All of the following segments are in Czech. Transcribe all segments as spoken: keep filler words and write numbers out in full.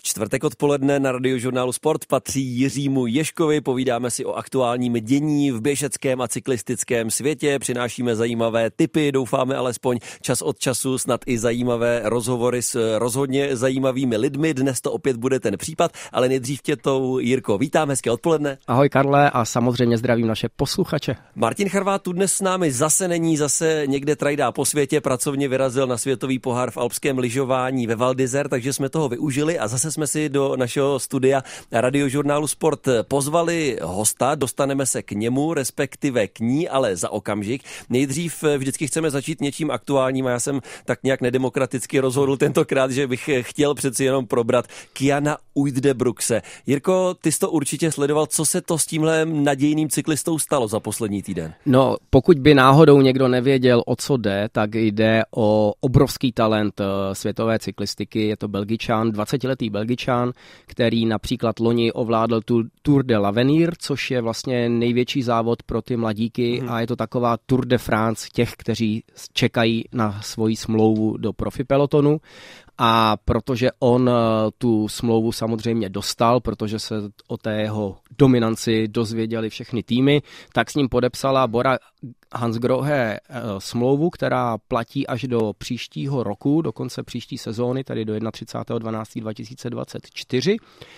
Čtvrtek odpoledne na Radiožurnálu Sport patří Jiřímu Ježkovi, povídáme si o aktuálním dění v běžeckém a cyklistickém světě, přinášíme zajímavé tipy, doufáme alespoň čas od času, snad i zajímavé rozhovory s rozhodně zajímavými lidmi, dnes to opět bude ten případ, ale nejdřív tě tou, Jirko, vítám, hezké odpoledne. Ahoj Karle a samozřejmě zdravím naše posluchače. Martin Charvát tu dnes s námi zase není, zase někde trajdá po světě, pracovně vyrazil na světový pohár v alpském lyžování ve Val d'Isère, takže jsme toho využili a zase jsme si do našeho studia Radiožurnálu Sport pozvali hosta, dostaneme se k němu, respektive k ní, ale za okamžik. Nejdřív vždycky chceme začít něčím aktuálním a já jsem tak nějak nedemokraticky rozhodl tentokrát, že bych chtěl přeci jenom probrat Kyana Uijtdebrugse. Jirko, ty jsi to určitě sledoval, co se to s tímhle nadějným cyklistou stalo za poslední týden? No, pokud by náhodou někdo nevěděl, o co jde, tak jde o obrovský talent světové cyklistiky. Je to Belgičan, dvacetiletý Belgičan, který například loni ovládl Tour de l'Avenir, což je vlastně největší závod pro ty mladíky hmm. a je to taková Tour de France těch, kteří čekají na svoji smlouvu do profi pelotonu. A protože on tu smlouvu samozřejmě dostal, protože se o té jeho dominanci dozvěděli všechny týmy, tak s ním podepsala Bora Hansgrohe smlouvu, která platí až do příštího roku, do konce příští sezóny, tedy do třicátého prvního decembra dva tisíce dvacet čtyři.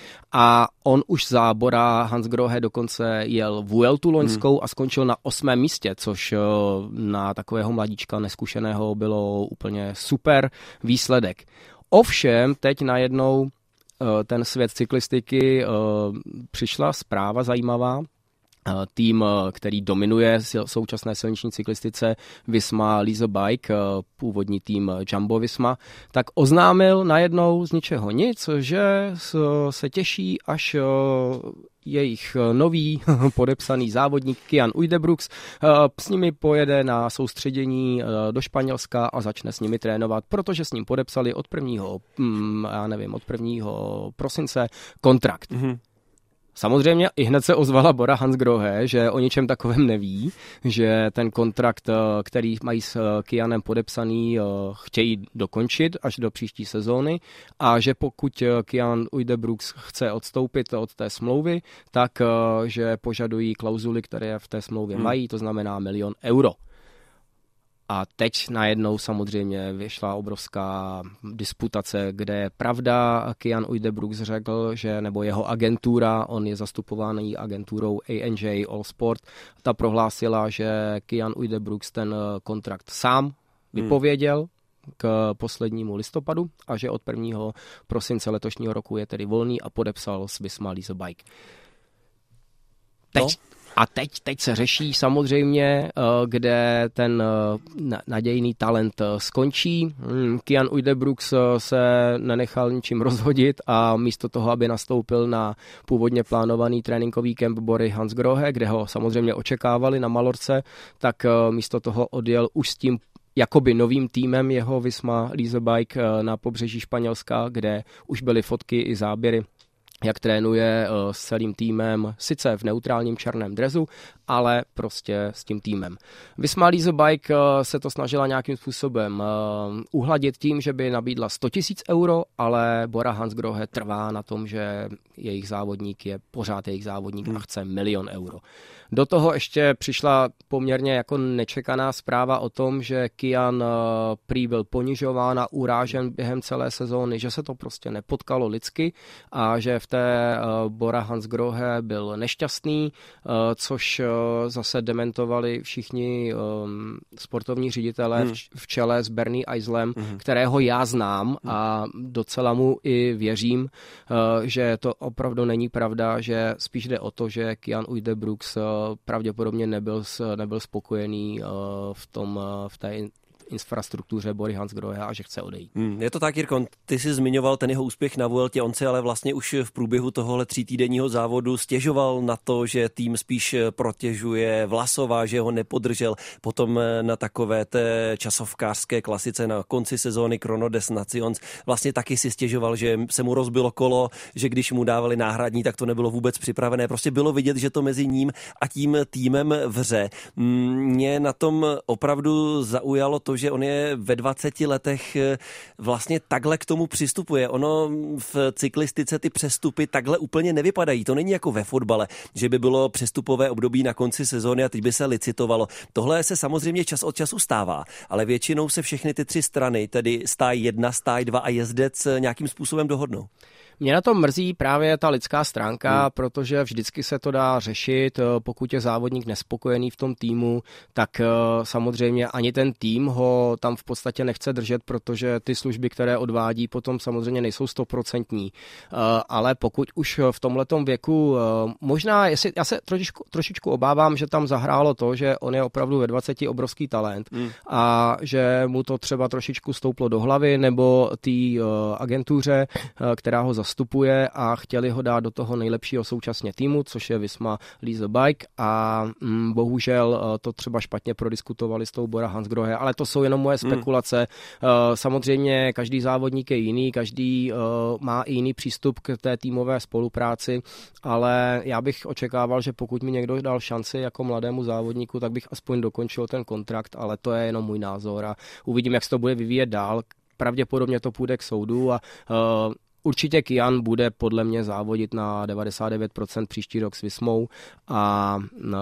A on už za Bora Hansgrohe dokonce jel Vueltu loňskou hmm. a skončil na osmém místě, což na takového mladíčka neskušeného bylo úplně super výsledek. Ovšem, teď najednou ten svět cyklistiky přišla zpráva zajímavá. Tým, který dominuje současné silniční cyklistice, Visma Lease Bike, původní tým Jumbo Visma, tak oznámil najednou z ničeho nic, že se těší, až jejich nový podepsaný závodník Kyan Uijtdebrugs s nimi pojede na soustředění do Španělska a začne s nimi trénovat, protože s ním podepsali od prvního, já nevím, od prvního prosince kontrakt. Mm-hmm. Samozřejmě i hned se ozvala Bora Hansgrohe, že o ničem takovém neví, že ten kontrakt, který mají s Kyanem podepsaný, chtějí dokončit až do příští sezóny a že pokud Kyan Uijtdebrugs chce odstoupit od té smlouvy, tak že požadují klauzuly, které v té smlouvě hmm. mají, to znamená milion euro. A teď najednou samozřejmě vyšla obrovská disputace, kde je pravda. Kyan Uijtdebrugs řekl, že nebo jeho agentura, on je zastupovaný agenturou A N J All Sport, ta prohlásila, že Kyan Uijtdebrugs ten kontrakt sám vypověděl hmm. k poslednímu listopadu a že od prvního prosince letošního roku je tedy volný a podepsal s Visma Lease Bike. Teď... No. A teď, teď se řeší samozřejmě, kde ten nadějný talent skončí. Kyan Uijtdebrugs se nenechal ničím rozhodit a místo toho, aby nastoupil na původně plánovaný tréninkový kemp Bory Hansgrohe, kde ho samozřejmě očekávali na Malorce, tak místo toho odjel už s tím jakoby novým týmem jeho Visma Lease Bike na pobřeží Španělska, kde už byly fotky i záběry, jak trénuje s celým týmem, sice v neutrálním černém dresu, ale prostě s tím týmem. Visma Lease Bike se to snažila nějakým způsobem uhladit tím, že by nabídla sto tisíc euro, ale Bora Hansgrohe trvá na tom, že jejich závodník je pořád jejich závodník a chce milion euro. Do toho ještě přišla poměrně jako nečekaná zpráva o tom, že Kyan prý byl ponižován a urážen během celé sezóny, že se to prostě nepotkalo lidsky a že v té Bora Hansgrohe byl nešťastný, což zase dementovali všichni sportovní ředitelé hmm. v čele s Bernie Eislem, hmm. kterého já znám a docela mu i věřím, že to opravdu není pravda, že spíš jde o to, že Kyan Uijtdebrugs pravděpodobně nebyl, nebyl spokojený v, tom, v té infrastruktuře Bory Hansgrohe a že chce odejít. Hmm, je to tak, Jirko, ty jsi zmiňoval ten jeho úspěch na Vueltě, on si ale vlastně už v průběhu tohohle třítýdenního závodu stěžoval na to, že tým spíš protěžuje Vlasova, že ho nepodržel. Potom na takové té časovkářské klasice na konci sezóny Chrono des Nations vlastně taky si stěžoval, že se mu rozbilo kolo, že když mu dávali náhradní, tak to nebylo vůbec připravené. Prostě bylo vidět, že to mezi ním a tím týmem vře. Mě na tom opravdu zaujalo to, to, že on je ve dvaceti letech vlastně takhle k tomu přistupuje. Ono v cyklistice ty přestupy takhle úplně nevypadají. To není jako ve fotbale, že by bylo přestupové období na konci sezóny a teď by se licitovalo. Tohle se samozřejmě čas od času stává, ale většinou se všechny ty tři strany, tedy stáj jedna, stáj dva a jezdec nějakým způsobem dohodnou. Mě na to mrzí právě ta lidská stránka, hmm. protože vždycky se to dá řešit, pokud je závodník nespokojený v tom týmu, tak samozřejmě ani ten tým ho tam v podstatě nechce držet, protože ty služby, které odvádí, potom samozřejmě nejsou stoprocentní. Ale pokud už v tomhletom věku, možná, jestli, já se trošičku, trošičku obávám, že tam zahrálo to, že on je opravdu ve dvaceti obrovský talent hmm. a že mu to třeba trošičku stouplo do hlavy, nebo té agentuře, která ho zastupuje a chtěli ho dát do toho nejlepšího současně týmu, což je Visma Lease Bike a mm, bohužel to třeba špatně prodiskutovali s tou Bora Hansgrohe, ale to jsou jenom moje spekulace. Mm. Samozřejmě každý závodník je jiný, každý uh, má i jiný přístup k té týmové spolupráci, ale já bych očekával, že pokud mi někdo dal šanci jako mladému závodníku, tak bych aspoň dokončil ten kontrakt, ale to je jenom můj názor a uvidím, jak se to bude vyvíjet dál. Pravděpodobně to půjde k soudu a uh, určitě Kian bude podle mě závodit na devadesát devět procent příští rok s Vismou a uh,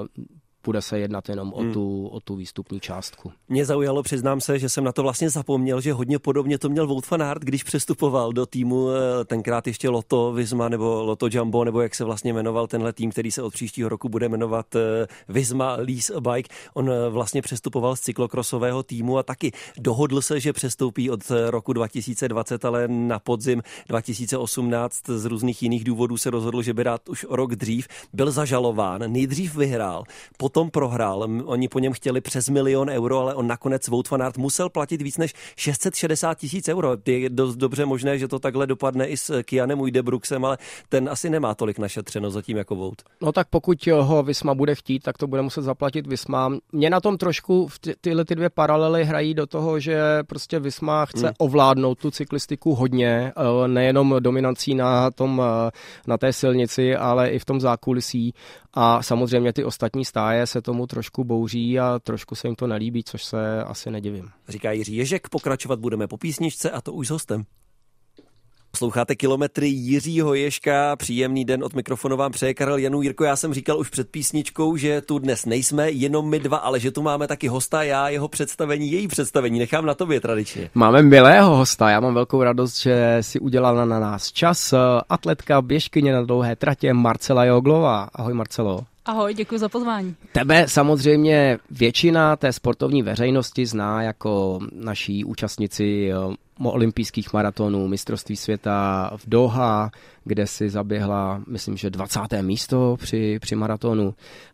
bude se jednat jenom hmm. o, tu, o tu výstupní částku. Mě zaujalo, přiznám se, že jsem na to vlastně zapomněl, že hodně podobně to měl Wout van Aert, když přestupoval do týmu tenkrát ještě Lotto Visma nebo Lotto Jumbo, nebo jak se vlastně jmenoval tenhle tým, který se od příštího roku bude jmenovat Visma Lease a Bike. On vlastně přestupoval z cyklokrosového týmu a taky dohodl se, že přestoupí od roku dva tisíce dvacet, ale na podzim dva tisíce osmnáct z různých jiných důvodů se rozhodl, že by rád už o rok dřív. Byl zažalován, nejdřív vyhrál, potom prohrál. Oni po něm chtěli přes milion euro, ale on nakonec Wout van Aert musel platit víc než šest set šedesát tisíc euro. Je dost dobře možné, že to takhle dopadne i s Kianem Uijtdebroeksem, ale ten asi nemá tolik našetřeno zatím jako Wout. No tak pokud ho Visma bude chtít, tak to bude muset zaplatit Visma. Mě na tom trošku ty, tyhle ty dvě paralely hrají do toho, že prostě Visma chce hmm. ovládnout tu cyklistiku hodně, nejenom dominancí na tom, na té silnici, ale i v tom zákulisí. A samozřejmě ty ostatní stáje se tomu trošku bouří a trošku se jim to nelíbí, což se asi nedivím. Říká Jiří Ježek, pokračovat budeme po písničce a to už s hostem. Posloucháte Kilometry Jiřího Ježka, příjemný den, od mikrofonu vám přeje Karel Janů. Jirko, já jsem říkal už před písničkou, že tu dnes nejsme jenom my dva, ale že tu máme taky hosta, já jeho představení, její představení, nechám na tobě tradičně. Máme milého hosta, já mám velkou radost, že si udělala na nás čas. Atletka, běžkyně na dlouhé tratě Marcela Joglová. Ahoj Marcelo. Ahoj, děkuji za pozvání. Tebe samozřejmě většina té sportovní veřejnosti zná jako naší účastnici olympijských maratonů, mistrovství světa v Doha, kde si zaběhla, myslím, že dvacáté místo při, při maratonu.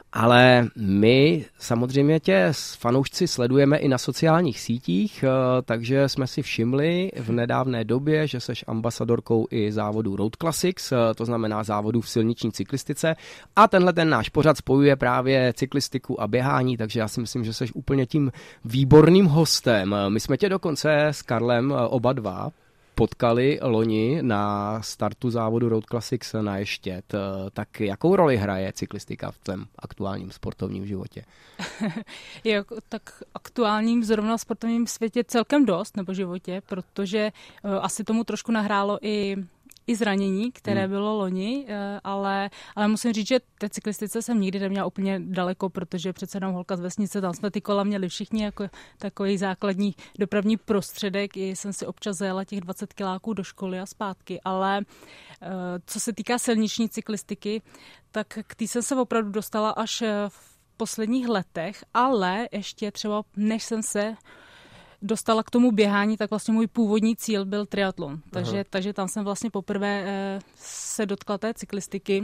Ale my samozřejmě tě s fanoušci sledujeme i na sociálních sítích, takže jsme si všimli v nedávné době, že seš ambasadorkou i závodu Road Classics, to znamená závodu v silniční cyklistice. A tenhle ten náš pořad spojuje právě cyklistiku a běhání, takže já si myslím, že seš úplně tím výborným hostem. My jsme tě dokonce s Karlem oba dva potkali loni na startu závodu Road Classics na Ještěd. Tak jakou roli hraje cyklistika v tom aktuálním sportovním životě? Je tak aktuálním zrovna sportovním světě celkem dost, nebo životě, protože uh, asi tomu trošku nahrálo i i zranění, které hmm. bylo loni, ale, ale musím říct, že té cyklistice jsem nikdy neměla úplně daleko, protože přece jenom holka z vesnice, tam jsme ty kola měli všichni jako takový základní dopravní prostředek, i jsem si občas zajela těch dvacet kiláků do školy a zpátky, ale co se týká silniční cyklistiky, tak k té jsem se opravdu dostala až v posledních letech, ale ještě třeba než jsem se dostala k tomu běhání, tak vlastně můj původní cíl byl triatlon. Takže, takže tam jsem vlastně poprvé eh, se dotkla té cyklistiky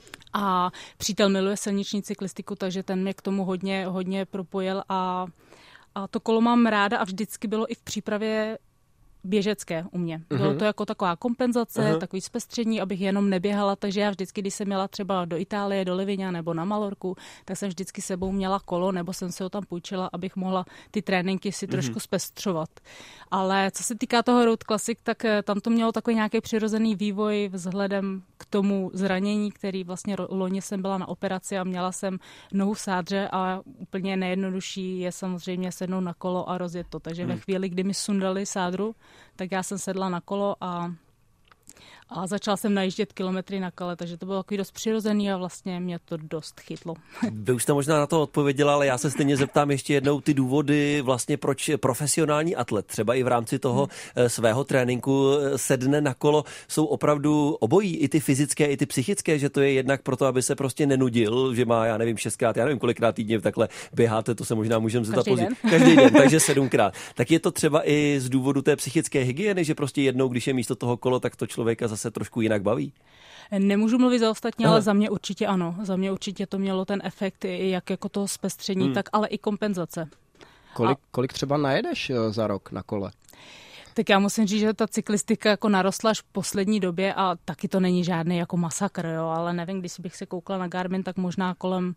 a přítel miluje silniční cyklistiku, takže ten mě k tomu hodně, hodně propojil a, a to kolo mám ráda a vždycky bylo i v přípravě běžecké u mě. Bylo to jako taková kompenzace, uh-huh. takový zpestření, abych jenom neběhala, takže já vždycky, když jsem měla třeba do Itálie, do Livigna nebo na Malorku, tak jsem vždycky sebou měla kolo, nebo jsem si ho tam půjčila, abych mohla ty tréninky si uh-huh. trošku zpestřovat. Ale co se týká toho Road Classic, tak tam to mělo takový nějaký přirozený vývoj vzhledem k tomu zranění, který vlastně loni jsem byla na operaci a měla jsem nohu v sádře a úplně nejjednodušší je samozřejmě sednout na kolo a rozjet to. Takže uh-huh. ve chvíli, kdy mi sundali sádru, tak já jsem sedla na kolo a, a začala jsem najíždět kilometry na kole, takže to bylo takový dost přirozený a vlastně mě to dost chytlo. Vy už jste možná na to odpověděla, ale já se stejně zeptám ještě jednou ty důvody vlastně, proč profesionální atlet třeba i v rámci toho hmm. svého tréninku sedne na kolo, jsou opravdu obojí, i ty fyzické, i ty psychické, že to je jednak proto, aby se prostě nenudil, že má, já nevím, šestkrát, já nevím, kolikrát týdně takhle běháte, to se možná můžeme zeptat později. Každý den, takže sedmkrát. Tak je to třeba i z důvodu té psychické hygieny, že prostě jednou, když je místo toho kolo, tak to člověka zase se trošku jinak baví? Nemůžu mluvit za ostatní, Aha. ale za mě určitě ano. Za mě určitě to mělo ten efekt, jak jako toho zpestření, hmm. tak ale i kompenzace. Kolik, A... kolik třeba najedeš za rok na kole? Tak já musím říct, že ta cyklistika jako narostla až v poslední době a taky to není žádný jako masakr, jo, ale nevím, když bych se koukla na Garmin, tak možná kolem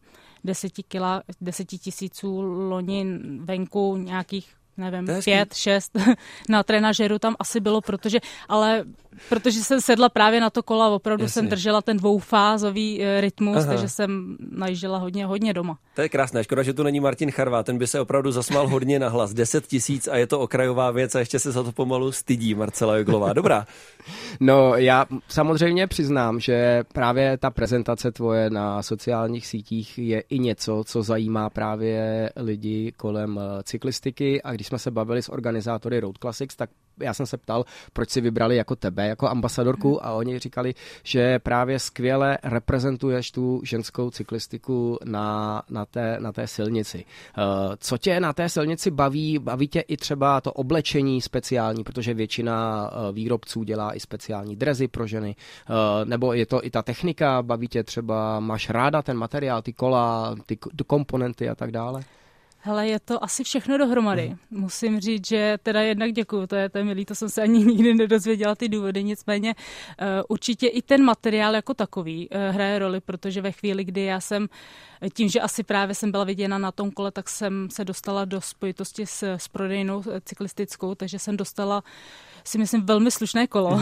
deseti tisíců loni venku nějakých nevím, pět, šest na trenažeru tam asi bylo, protože, ale protože jsem sedla právě na to kola, opravdu Jasně. jsem držela ten dvoufázový rytmus, Aha. takže jsem najížděla hodně, hodně doma. To je krásné, škoda, že tu není Martin Charvá, ten by se opravdu zasmál hodně na hlas. deset tisíc a je to okrajová věc a ještě se za to pomalu stydí Marcela Joglová. Dobrá. No já samozřejmě přiznám, že právě ta prezentace tvoje na sociálních sítích je i něco, co zajímá právě lidi kolem cyklistiky a když jsme se bavili s organizátory Road Classics, tak já jsem se ptal, proč si vybrali jako tebe, jako ambasadorku a oni říkali, že právě skvěle reprezentuješ tu ženskou cyklistiku na, na, té, na té silnici. Co tě na té silnici baví? Baví tě i třeba to oblečení speciální, protože většina výrobců dělá i speciální drezy pro ženy, nebo je to i ta technika, baví tě třeba, máš ráda ten materiál, ty kola, ty komponenty a tak dále? Hele, je to asi všechno dohromady. Mm. Musím říct, že teda jednak děkuju, to je, to je milý, to jsem se ani nikdy nedozvěděla ty důvody, nicméně uh, určitě i ten materiál jako takový uh, hraje roli, protože ve chvíli, kdy já jsem, tím, že asi právě jsem byla viděna na tom kole, tak jsem se dostala do spojitosti s, s prodejnou cyklistickou, takže jsem dostala si myslím velmi slušné kolo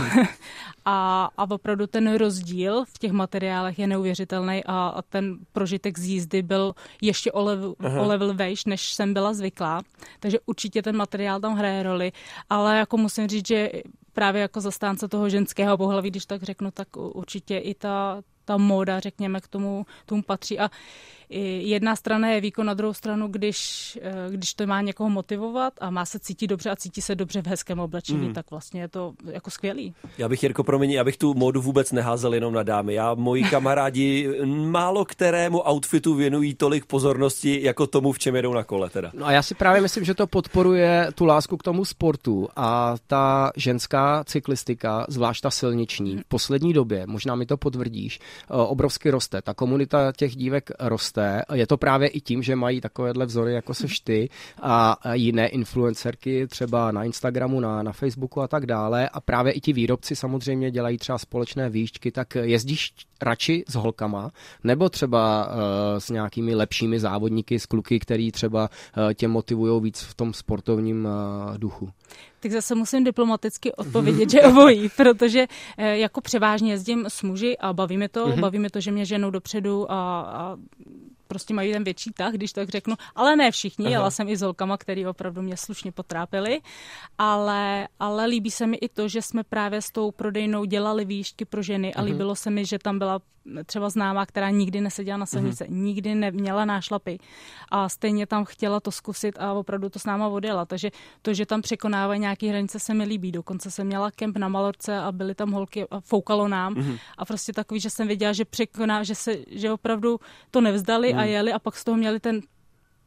a, a opravdu ten rozdíl v těch materiálech je neuvěřitelný a, a ten prožitek z jízdy byl ještě o level, o level vejš, než jsem byla zvyklá, takže určitě ten materiál tam hraje roli, ale jako musím říct, že právě jako zastánce toho ženského pohlaví, když tak řeknu, tak určitě i ta, ta móda, řekněme, k tomu, tomu patří a jedna strana je výkon, na druhou stranu, když, když to má někoho motivovat a má se cítit dobře a cítí se dobře v hezkém oblečení, mm. tak vlastně je to jako skvělý. Já bych, Jirko, promiň, abych tu módu vůbec neházel jenom na dámy. Já, moji kamarádi, málo kterému outfitu věnují tolik pozornosti, jako tomu, v čem jedou na kole teda. No a já si právě myslím, že to podporuje tu lásku k tomu sportu a ta ženská cyklistika, zvlášť ta silniční, v poslední době, možná mi to potvrdíš, obrovsky roste. Ta komunita těch dívek roste. Je to právě i tím, že mají takovéhle vzory, jako seš ty a jiné influencerky, třeba na Instagramu, na, na Facebooku a tak dále. A právě i ti výrobci samozřejmě dělají třeba společné výjížďky, tak jezdíš radši s holkama, nebo třeba uh, s nějakými lepšími závodníky, s kluky, který třeba uh, tě motivujou víc v tom sportovním uh, duchu? Tak zase musím diplomaticky odpovědět, že obojí, protože eh, jako převážně jezdím s muži a baví mě to, mm-hmm. baví mě to, že mě ženou dopředu a, a prostě mají ten větší tah, když tak řeknu, ale ne všichni, Aha. jela jsem i s holkama, který opravdu mě slušně potrápili, ale, ale líbí se mi i to, že jsme právě s tou prodejnou dělali výjížďky pro ženy a Aha. líbilo se mi, že tam byla třeba známá, která nikdy neseděla na silnici, Aha. nikdy neměla nášlapy a stejně tam chtěla to zkusit a opravdu to s náma odjela, takže to, že tam překonávají nějaké hranice, se mi líbí. Dokonce jsem měla kemp na Malorce a byly tam holky a foukalo nám Aha. a prostě takový, že jsem věděla, že překoná, že se, že opravdu to nevzdali Aha. a jeli a pak z toho měli ten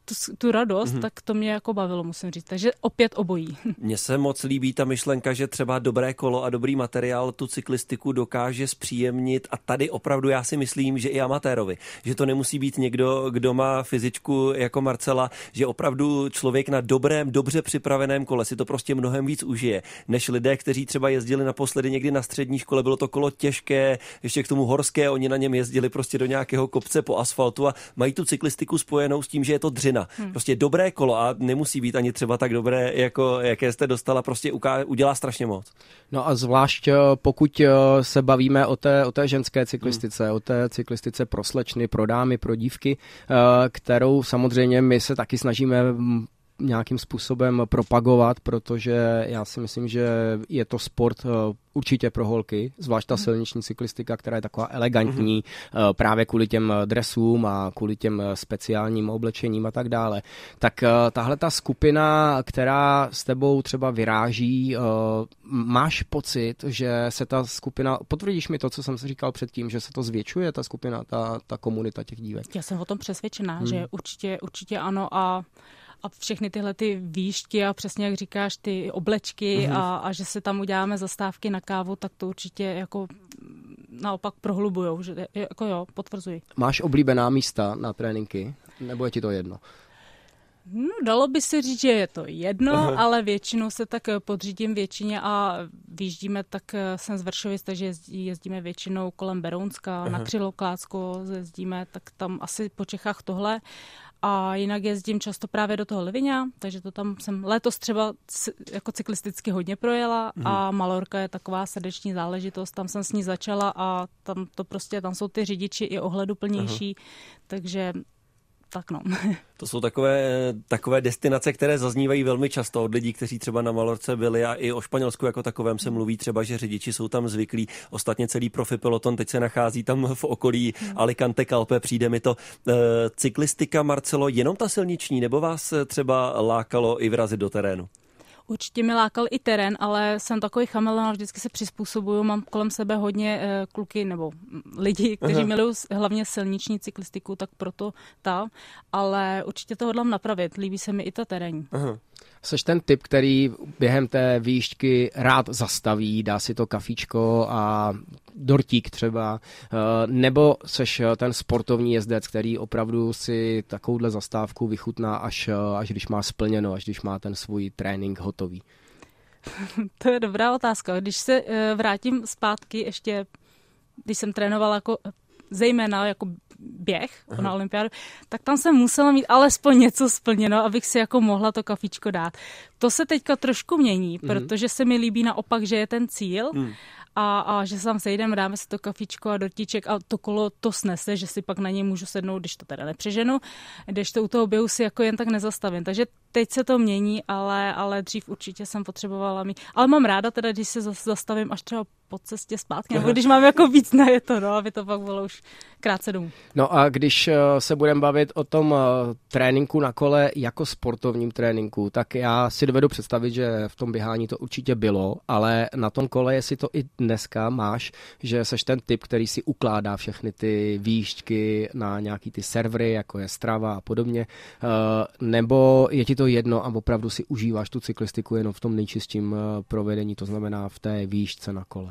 tu, tu radost, mm-hmm. tak to mě jako bavilo, musím říct. Takže opět obojí. Mně se moc líbí ta myšlenka, že třeba dobré kolo a dobrý materiál tu cyklistiku dokáže zpříjemnit a tady opravdu já si myslím, že i amatérovi, že to nemusí být někdo, kdo má fyzičku jako Marcela, že opravdu člověk na dobrém, dobře připraveném kole si to prostě mnohem víc užije, než lidé, kteří třeba jezdili naposledy někdy na střední škole, bylo to kolo těžké, ještě k tomu horské, oni na něm jezdili prostě do nějakého kopce po asfaltu a mají tu cyklistiku spojenou s tím, že je to dřina. Hmm. Prostě dobré kolo a nemusí být ani třeba tak dobré, jako jaké jste dostala, prostě uká- udělá strašně moc. No a zvlášť pokud se bavíme o té, o té ženské cyklistice, hmm. o té cyklistice pro slečny, pro dámy, pro dívky, kterou samozřejmě my se taky snažíme nějakým způsobem propagovat, protože já si myslím, že je to sport určitě pro holky, zvlášť ta silniční cyklistika, která je taková elegantní mm-hmm. právě kvůli těm dresům a kvůli těm speciálním oblečením a tak dále. Tak tahle ta skupina, která s tebou třeba vyráží, máš pocit, že se ta skupina, potvrdíš mi to, co jsem si říkal předtím, že se to zvětšuje, ta skupina, ta, ta komunita těch dívek? Já jsem o tom přesvědčená, hmm. že určitě, určitě ano a A všechny tyhle ty výšky a přesně jak říkáš, ty oblečky mm-hmm. a, a že se tam uděláme zastávky na kávu, tak to určitě jako naopak prohlubujou. Že, jako jo, potvrzuji. Máš oblíbená místa na tréninky? Nebo je ti to jedno? No, dalo by se říct, že je to jedno, Aha. ale většinou se tak podřídím většině a vyjíždíme tak sem z Vršovic, takže jezdí, jezdíme většinou kolem Berounska, Aha. na Křilovklácko jezdíme, tak tam asi po Čechách tohle. A jinak jezdím často právě do toho Liviňa, takže to tam jsem letos třeba jako cyklisticky hodně projela mm. a Malorka je taková srdeční záležitost, tam jsem s ní začala a tam to prostě, tam jsou ty řidiči i ohleduplnější, Aha. takže tak no. To jsou takové, takové destinace, které zaznívají velmi často od lidí, kteří třeba na Malorce byli a i o Španělsku jako takovém se mluví třeba, že řidiči jsou tam zvyklí. Ostatně celý profi peloton teď se nachází tam v okolí Alicante, Calpe, přijde mi to. E, cyklistika, Marcelo, jenom ta silniční, nebo vás třeba lákalo i vrazit do terénu? Určitě mi lákal i terén, ale jsem takový chameleon, vždycky se přizpůsobuju, mám kolem sebe hodně e, kluky nebo lidi, kteří Aha. milují hlavně silniční cyklistiku, tak proto ta, ale určitě to hodlám napravit, líbí se mi i ta terénní. Aha. Seš ten typ, který během té výšky rád zastaví, dá si to kafíčko a dortík třeba, nebo seš ten sportovní jezdec, který opravdu si takovouhle zastávku vychutná, až, až když má splněno, až když má ten svůj trénink hotový? To je dobrá otázka. Když se vrátím zpátky ještě, když jsem trénovala jako zejména jako běh Aha. na olympiádu, tak tam jsem musela mít alespoň něco splněno, abych si jako mohla to kafíčko dát. To se teďka trošku mění, mm. protože se mi líbí naopak, že je ten cíl mm. a, a že se tam sejdeme, dáme si to kafíčko a dortíček a to kolo to snese, že si pak na něj můžu sednout, když to teda nepřeženu, když to u toho běhu si jako jen tak nezastavím. Takže teď se to mění, ale, ale dřív určitě jsem potřebovala mít. Ale mám ráda teda, když se zastavím až třeba po cestě zpátky, nebo když mám jako víc na je to, no, aby to pak bylo už krátce domů. No a když se budeme bavit o tom tréninku na kole jako sportovním tréninku, tak já si dovedu představit, že v tom běhání to určitě bylo, ale na tom kole, jestli to i dneska máš, že seš ten typ, který si ukládá všechny ty výšťky na nějaký ty servery, jako je Strava a podobně, nebo je ti to jedno a opravdu si užíváš tu cyklistiku jenom v tom nejčistším provedení, to znamená v té výšce na kole?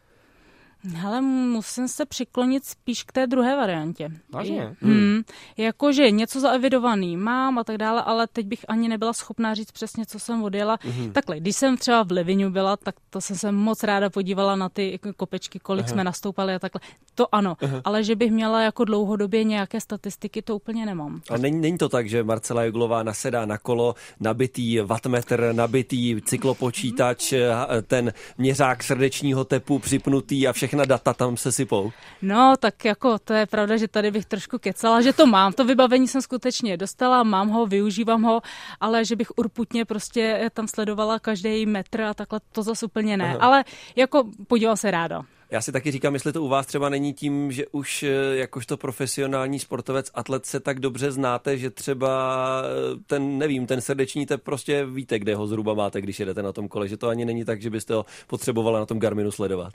Hele, musím se přiklonit spíš k té druhé variantě. Vážně? Hmm. Hmm. Jakože něco zaevidovaný mám a tak dále, ale teď bych ani nebyla schopná říct přesně, co jsem odjela. Hmm. Takhle, když jsem třeba v Liviňu byla, tak to jsem se moc ráda podívala na ty kopečky, kolik Aha. jsme nastoupali a takhle. To ano, Aha. ale že bych měla jako dlouhodobě nějaké statistiky, to úplně nemám. A není, není to tak, že Marcela Juglová nasedá na kolo, nabitý wattmetr, nabitý cyklopočítač, ten měřák srdečního tepu připnutý a všechno na data tam se sypou. No, tak jako to je pravda, že tady bych trošku kecala, že to mám. To vybavení jsem skutečně dostala, mám ho, využívám ho, ale že bych urputně prostě tam sledovala každý metr a takhle, to zase úplně ne. Aha. Ale jako podívám se ráda. Já si taky říkám, jestli to u vás třeba není tím, že už jakožto profesionální sportovec, atlet se tak dobře znáte, že třeba ten, nevím, ten srdeční tep prostě víte, kde ho zhruba máte, když jedete na tom kole, že to ani není tak, že byste ho potřebovala na tom Garminu sledovat.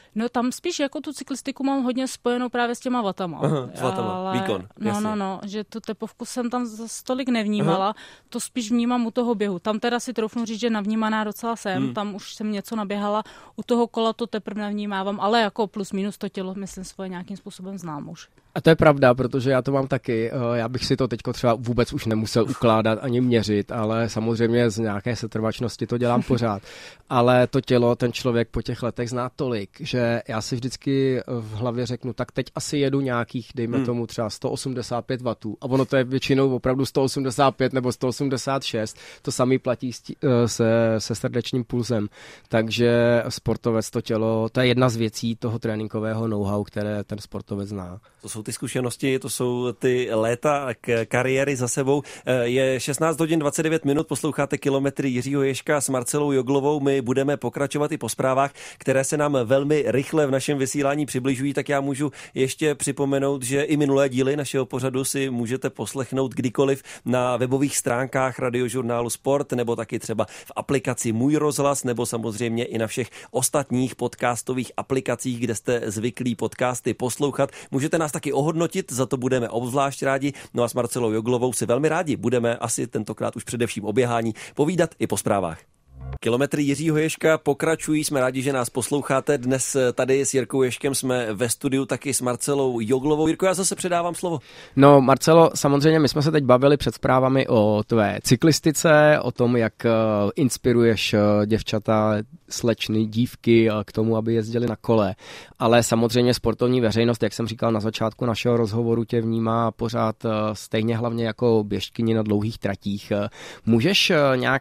No tam spíš jako tu cyklistiku mám hodně spojenou právě s těma vatama. Aha, s vatama, ale, výkon, No, jasně. no, no, že tu tepovku jsem tam zas tolik nevnímala, Aha. to spíš vnímám u toho běhu. Tam teda si troufnu říct, že navnímaná docela jsem, hmm. tam už jsem něco naběhala, u toho kola to teprve nevnímávám, ale jako plus minus to tělo, myslím, svoje nějakým způsobem znám už. A to je pravda, protože já to mám taky. Já bych si to teďko třeba vůbec už nemusel ukládat ani měřit, ale samozřejmě z nějaké setrvačnosti to dělám pořád. Ale to tělo, ten člověk po těch letech zná tolik, že já si vždycky v hlavě řeknu, tak teď asi jedu nějakých, dejme hmm. tomu třeba sto osmdesát pět wattů. A ono to je většinou opravdu sto osmdesát pět nebo sto osmdesát šest. To samý platí se, se srdečním pulzem. Takže sportovec, to tělo, to je jedna z věcí toho tréninkového know-how, které ten sportovec zná. To jsou ty zkušenosti, to jsou ty léta k kariéry za sebou. Je šestnáct hodin dvacet devět minut, posloucháte Kilometry Jiřího Ježka s Marcelou Joglovou. My budeme pokračovat i po zprávách, které se nám velmi rychle v našem vysílání přibližují, tak já můžu ještě připomenout, že i minulé díly našeho pořadu si můžete poslechnout kdykoliv na webových stránkách Radiožurnálu Sport, nebo taky třeba v aplikaci Můj rozhlas, nebo samozřejmě i na všech ostatních podcastových aplikacích, kde jste zvyklí podcasty poslouchat. Můžete nás taky ohodnotit, za to budeme obzvlášť rádi. No a s Marcelou Joglovou si velmi rádi budeme asi tentokrát už především o běhání povídat i po zprávách. Kilometry Jiřího Ježka pokračují, jsme rádi, že nás posloucháte. Dnes tady s Jirkou Ježkem jsme ve studiu taky s Marcelou Joglovou. Jirko, já zase předávám slovo. No Marcelo, samozřejmě my jsme se teď bavili před zprávami o tvé cyklistice, o tom, jak inspiruješ děvčata, slečny, dívky k tomu, aby jezdili na kole. Ale samozřejmě sportovní veřejnost, jak jsem říkal na začátku našeho rozhovoru, tě vnímá pořád stejně hlavně jako běžkyni na dlouhých tratích. Můžeš nějak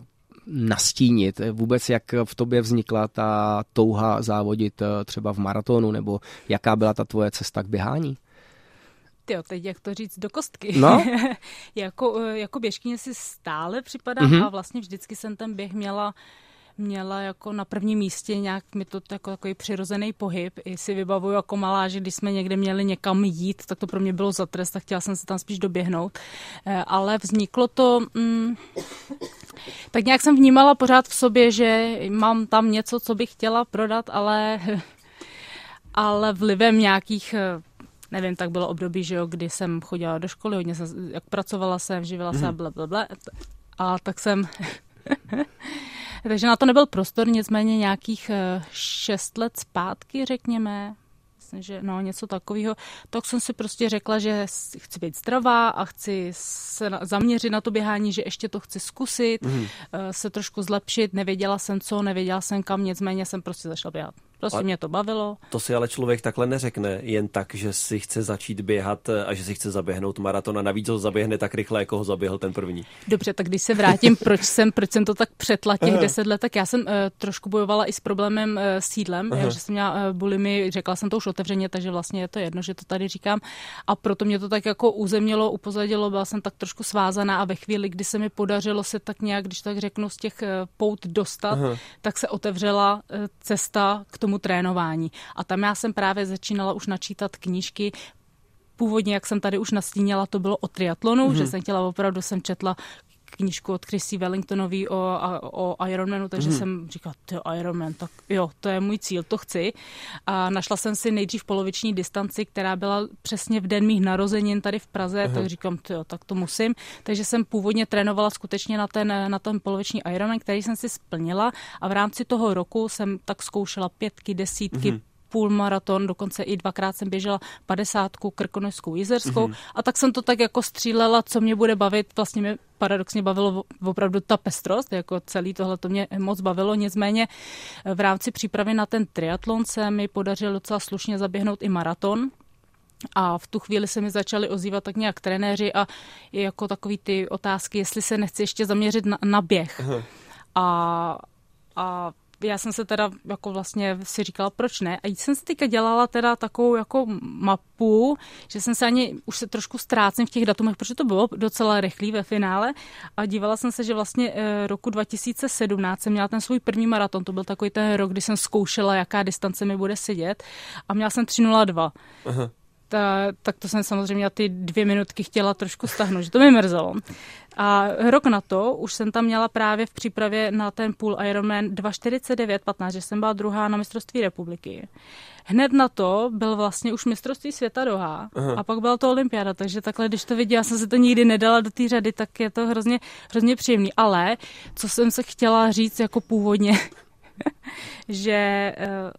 nastínit vůbec, jak v tobě vznikla ta touha závodit třeba v maratonu, nebo jaká byla ta tvoje cesta k běhání? Tyjo, teď jak to říct do kostky. No? jako, jako běžkyně si stále připadám mm-hmm. a vlastně vždycky jsem ten běh měla měla jako na prvním místě, nějak mi to jako takový přirozený pohyb. I si vybavuju jako malá, že když jsme někde měli někam jít, tak to pro mě bylo za trest, tak chtěla jsem se tam spíš doběhnout. Ale vzniklo to... Mm, tak nějak jsem vnímala pořád v sobě, že mám tam něco, co bych chtěla prodat, ale, ale vlivem nějakých... Nevím, tak bylo období, že jo, kdy jsem chodila do školy, hodně jsem, jak pracovala jsem, živila se a blablabla. A tak jsem... Takže na to nebyl prostor, nicméně nějakých šest let zpátky, řekněme, myslím, že no něco takového, tak jsem si prostě řekla, že chci být zdravá a chci se zaměřit na to běhání, že ještě to chci zkusit, mm. se trošku zlepšit, nevěděla jsem co, nevěděla jsem kam, nicméně jsem prostě začala běhat. Prostě a mě to bavilo. To si ale člověk takhle neřekne jen tak, že si chce začít běhat a že si chce zaběhnout maraton a navíc ho zaběhne tak rychle, jako ho zaběhl ten první. Dobře, tak když se vrátím, proč jsem, proč jsem to tak přetla těch Aha. deset let, tak já jsem uh, trošku bojovala i s problémem uh, s jídlem, jo, že jsem měla uh, bulimy, řekla jsem to už otevřeně, takže vlastně je to jedno, že to tady říkám a proto mě to tak jako uzemnilo, upozadilo, byla jsem tak trošku svázaná a ve chvíli, kdy se mi podařilo se tak nějak, když tak řeknu, z těch uh, pout dostat, Aha. tak se otevřela uh, cesta k tomu trénování. A tam já jsem právě začínala už načítat knížky. Původně, jak jsem tady už nastínila, to bylo o triatlonu, mm-hmm. že jsem chtěla, opravdu jsem četla knížku od Chrissy Wellingtonový o, o Ironmanu, takže mm-hmm. jsem říkala, to Ironman, tak jo, to je můj cíl, to chci. A našla jsem si nejdřív poloviční distanci, která byla přesně v den mých narozenin tady v Praze, mm-hmm. tak říkám, jo, tak to musím. Takže jsem původně trénovala skutečně na ten, na ten poloviční Ironman, který jsem si splnila a v rámci toho roku jsem tak zkoušela pětky, desítky, mm-hmm. půlmaraton, dokonce i dvakrát jsem běžela padesátku krkonošskou jizerskou mm-hmm. a tak jsem to tak jako střílela, co mě bude bavit. Vlastně mě paradoxně bavilo opravdu ta pestrost, jako celý tohle to mě moc bavilo, nicméně v rámci přípravy na ten triatlon se mi podařilo docela slušně zaběhnout i maraton. A v tu chvíli se mi začali ozývat tak nějak trenéři a jako takový ty otázky, jestli se nechci ještě zaměřit na, na běh. Uh-huh. A, a já jsem se teda jako vlastně si říkala, proč ne. A jsem si teďka dělala teda takovou jako mapu, že jsem se ani, už se trošku ztrácím v těch datumech, protože to bylo docela rychlý ve finále. A dívala jsem se, že vlastně roku dva tisíce sedmnáct jsem měla ten svůj první maraton. To byl takový ten rok, kdy jsem zkoušela, jaká distance mi bude sedět. A měla jsem tři nula dva. Aha. ta, tak to jsem samozřejmě ty dvě minutky chtěla trošku stáhnout, že to mi mrzelo. A rok na to už jsem tam měla právě v přípravě na ten půl Ironman dva čtyřicet devět patnáct, že jsem byla druhá na mistrovství republiky. Hned na to byl vlastně už mistrovství světa Doha a pak byla to olympiáda, takže takhle, když to viděla, jsem se to nikdy nedala do té řady, tak je to hrozně, hrozně příjemný. Ale co jsem se chtěla říct jako původně, že